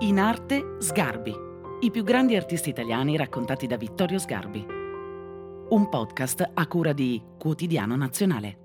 In arte Sgarbi, i più grandi artisti italiani raccontati da Vittorio Sgarbi. Un podcast a cura di Quotidiano Nazionale.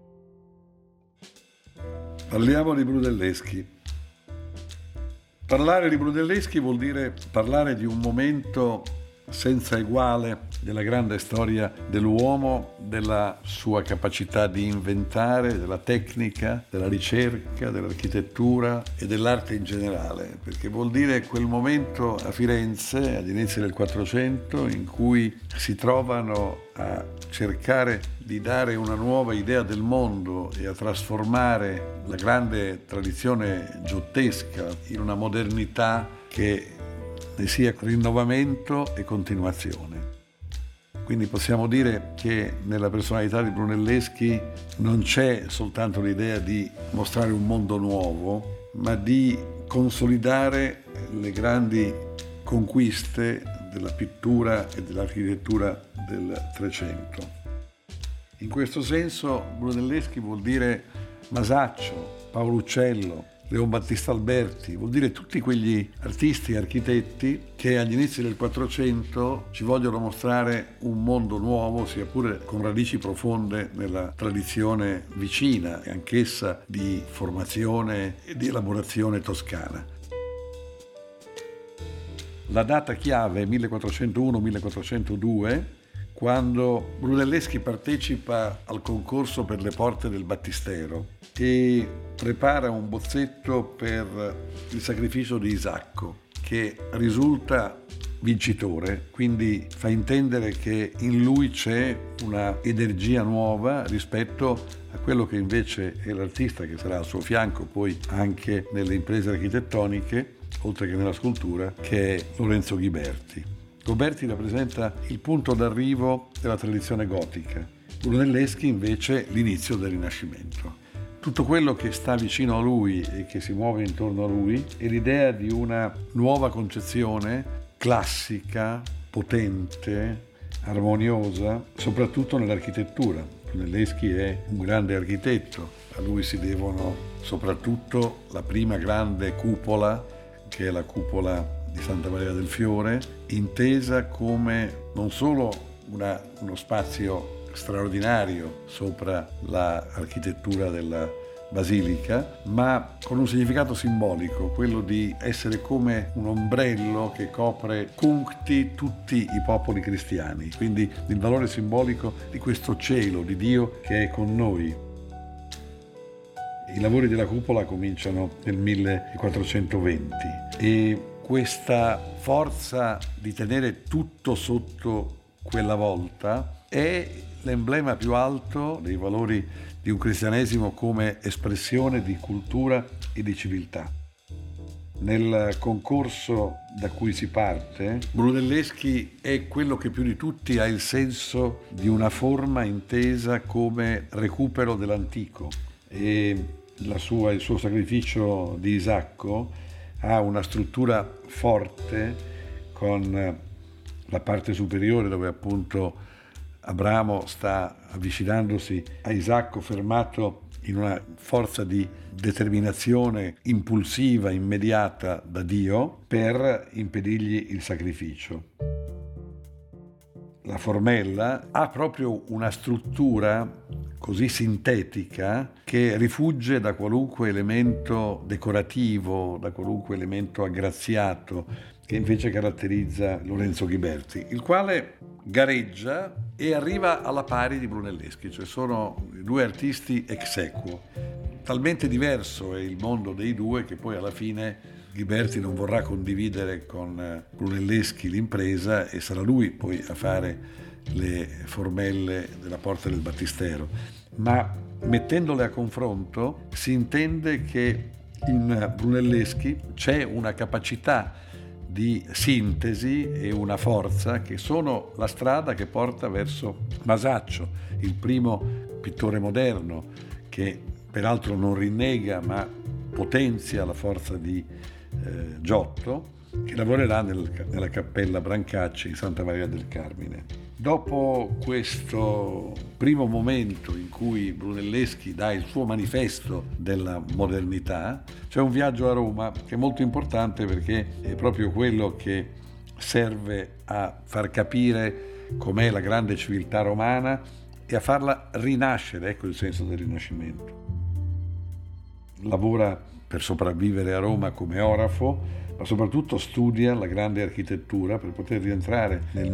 Parliamo di Brunelleschi. Parlare di Brunelleschi vuol dire parlare di un momento senza eguale della grande storia dell'uomo, della sua capacità di inventare, della tecnica, della ricerca, dell'architettura e dell'arte in generale, perché vuol dire quel momento a Firenze, agli inizi del Quattrocento, in cui si trovano a cercare di dare una nuova idea del mondo e a trasformare la grande tradizione giottesca in una modernità che ne sia rinnovamento e continuazione. Quindi possiamo dire che nella personalità di Brunelleschi non c'è soltanto l'idea di mostrare un mondo nuovo, ma di consolidare le grandi conquiste della pittura e dell'architettura del Trecento. In questo senso Brunelleschi vuol dire Masaccio, Paolo Uccello, Leon Battista Alberti, vuol dire tutti quegli artisti e architetti che agli inizi del Quattrocento ci vogliono mostrare un mondo nuovo, sia pure con radici profonde nella tradizione vicina e anch'essa di formazione e di elaborazione toscana. La data chiave è 1401-1402, quando Brunelleschi partecipa al concorso per le porte del Battistero e prepara un bozzetto per il sacrificio di Isacco, che risulta vincitore, quindi fa intendere che in lui c'è una energia nuova rispetto a quello che invece è l'artista che sarà al suo fianco poi anche nelle imprese architettoniche, oltre che nella scultura, che è Lorenzo Ghiberti. Ghiberti rappresenta il punto d'arrivo della tradizione gotica, Brunelleschi invece l'inizio del Rinascimento. Tutto quello che sta vicino a lui e che si muove intorno a lui è l'idea di una nuova concezione classica, potente, armoniosa, soprattutto nell'architettura. Brunelleschi è un grande architetto, a lui si devono soprattutto la prima grande cupola, che è la cupola di Santa Maria del Fiore, intesa come non solo uno spazio straordinario sopra l'architettura della basilica, ma con un significato simbolico, quello di essere come un ombrello che copre cuncti tutti i popoli cristiani, quindi il valore simbolico di questo cielo di Dio che è con noi. I lavori della cupola cominciano nel 1420 e questa forza di tenere tutto sotto quella volta è l'emblema più alto dei valori di un cristianesimo come espressione di cultura e di civiltà. Nel concorso da cui si parte, Brunelleschi è quello che più di tutti ha il senso di una forma intesa come recupero dell'antico e il suo sacrificio di Isacco ha una struttura forte con la parte superiore dove appunto Abramo sta avvicinandosi a Isacco fermato in una forza di determinazione impulsiva, immediata da Dio per impedirgli il sacrificio. La formella ha proprio una struttura così sintetica che rifugge da qualunque elemento decorativo, da qualunque elemento aggraziato che invece caratterizza Lorenzo Ghiberti, il quale gareggia e arriva alla pari di Brunelleschi, cioè sono due artisti ex aequo. Talmente diverso è il mondo dei due che poi alla fine Ghiberti non vorrà condividere con Brunelleschi l'impresa e sarà lui poi a fare le formelle della porta del Battistero, ma mettendole a confronto si intende che in Brunelleschi c'è una capacità di sintesi e una forza che sono la strada che porta verso Masaccio, il primo pittore moderno che peraltro non rinnega ma potenzia la forza di Giotto, che lavorerà nella cappella Brancacci di Santa Maria del Carmine. Dopo questo primo momento in cui Brunelleschi dà il suo manifesto della modernità, c'è un viaggio a Roma che è molto importante, perché è proprio quello che serve a far capire com'è la grande civiltà romana e a farla rinascere, ecco il senso del Rinascimento. Lavora per sopravvivere a Roma come orafo, ma soprattutto studia la grande architettura per poter rientrare nel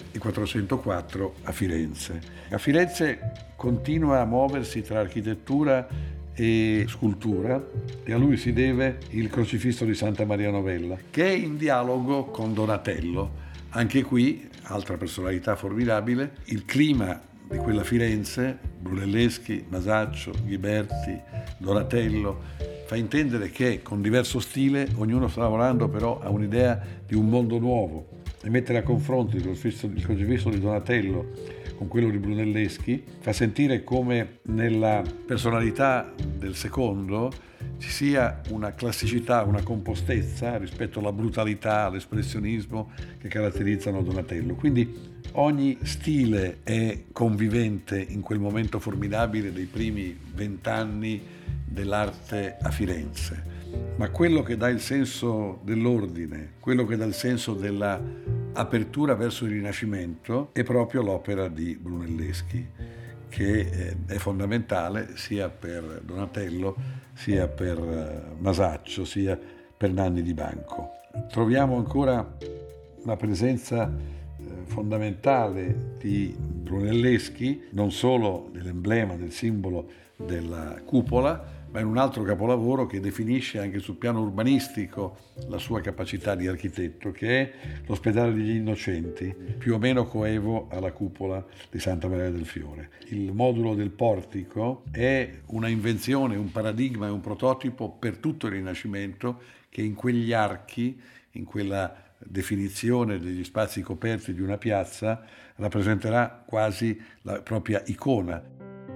1404 a Firenze. A Firenze continua a muoversi tra architettura e scultura, e a lui si deve il Crocifisso di Santa Maria Novella, che è in dialogo con Donatello. Anche qui, altra personalità formidabile, il clima di quella Firenze, Brunelleschi, Masaccio, Ghiberti, Donatello, fa intendere che con diverso stile ognuno sta lavorando però a un'idea di un mondo nuovo, e mettere a confronto il crocifisso di Donatello con quello di Brunelleschi fa sentire come nella personalità del secondo ci sia una classicità, una compostezza rispetto alla brutalità, all'espressionismo che caratterizzano Donatello. Quindi ogni stile è convivente in quel momento formidabile dei primi 20 anni dell'arte a Firenze, ma quello che dà il senso dell'ordine, quello che dà il senso della apertura verso il Rinascimento è proprio l'opera di Brunelleschi, che è fondamentale sia per Donatello, sia per Masaccio, sia per Nanni di Banco. Troviamo ancora una presenza fondamentale di Brunelleschi, non solo dell'emblema, del simbolo della cupola, ma in un altro capolavoro che definisce anche sul piano urbanistico la sua capacità di architetto, che è l'Ospedale degli Innocenti, più o meno coevo alla cupola di Santa Maria del Fiore. Il modulo del portico è una invenzione, un paradigma e un prototipo per tutto il Rinascimento, che in quegli archi, in quella definizione degli spazi coperti di una piazza, rappresenterà quasi la propria icona.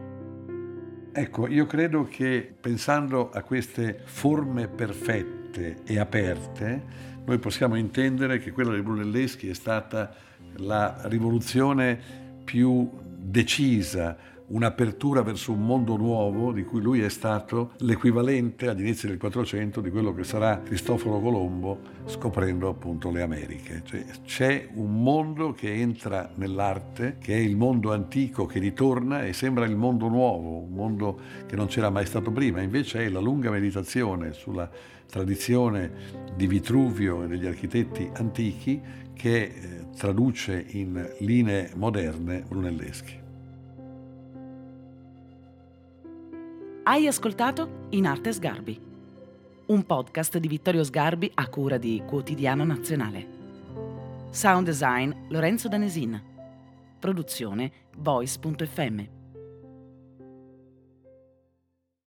Ecco, io credo che pensando a queste forme perfette e aperte, noi possiamo intendere che quella di Brunelleschi è stata la rivoluzione più decisa, un'apertura verso un mondo nuovo di cui lui è stato l'equivalente agli inizi del 400 di quello che sarà Cristoforo Colombo scoprendo appunto le Americhe. Cioè, c'è un mondo che entra nell'arte, che è il mondo antico che ritorna e sembra il mondo nuovo, un mondo che non c'era mai stato prima, invece è la lunga meditazione sulla tradizione di Vitruvio e degli architetti antichi che traduce in linee moderne Brunelleschi. Hai ascoltato In Arte Sgarbi, un podcast di Vittorio Sgarbi a cura di Quotidiano Nazionale. Sound design Lorenzo Danesin. Produzione Voice.fm.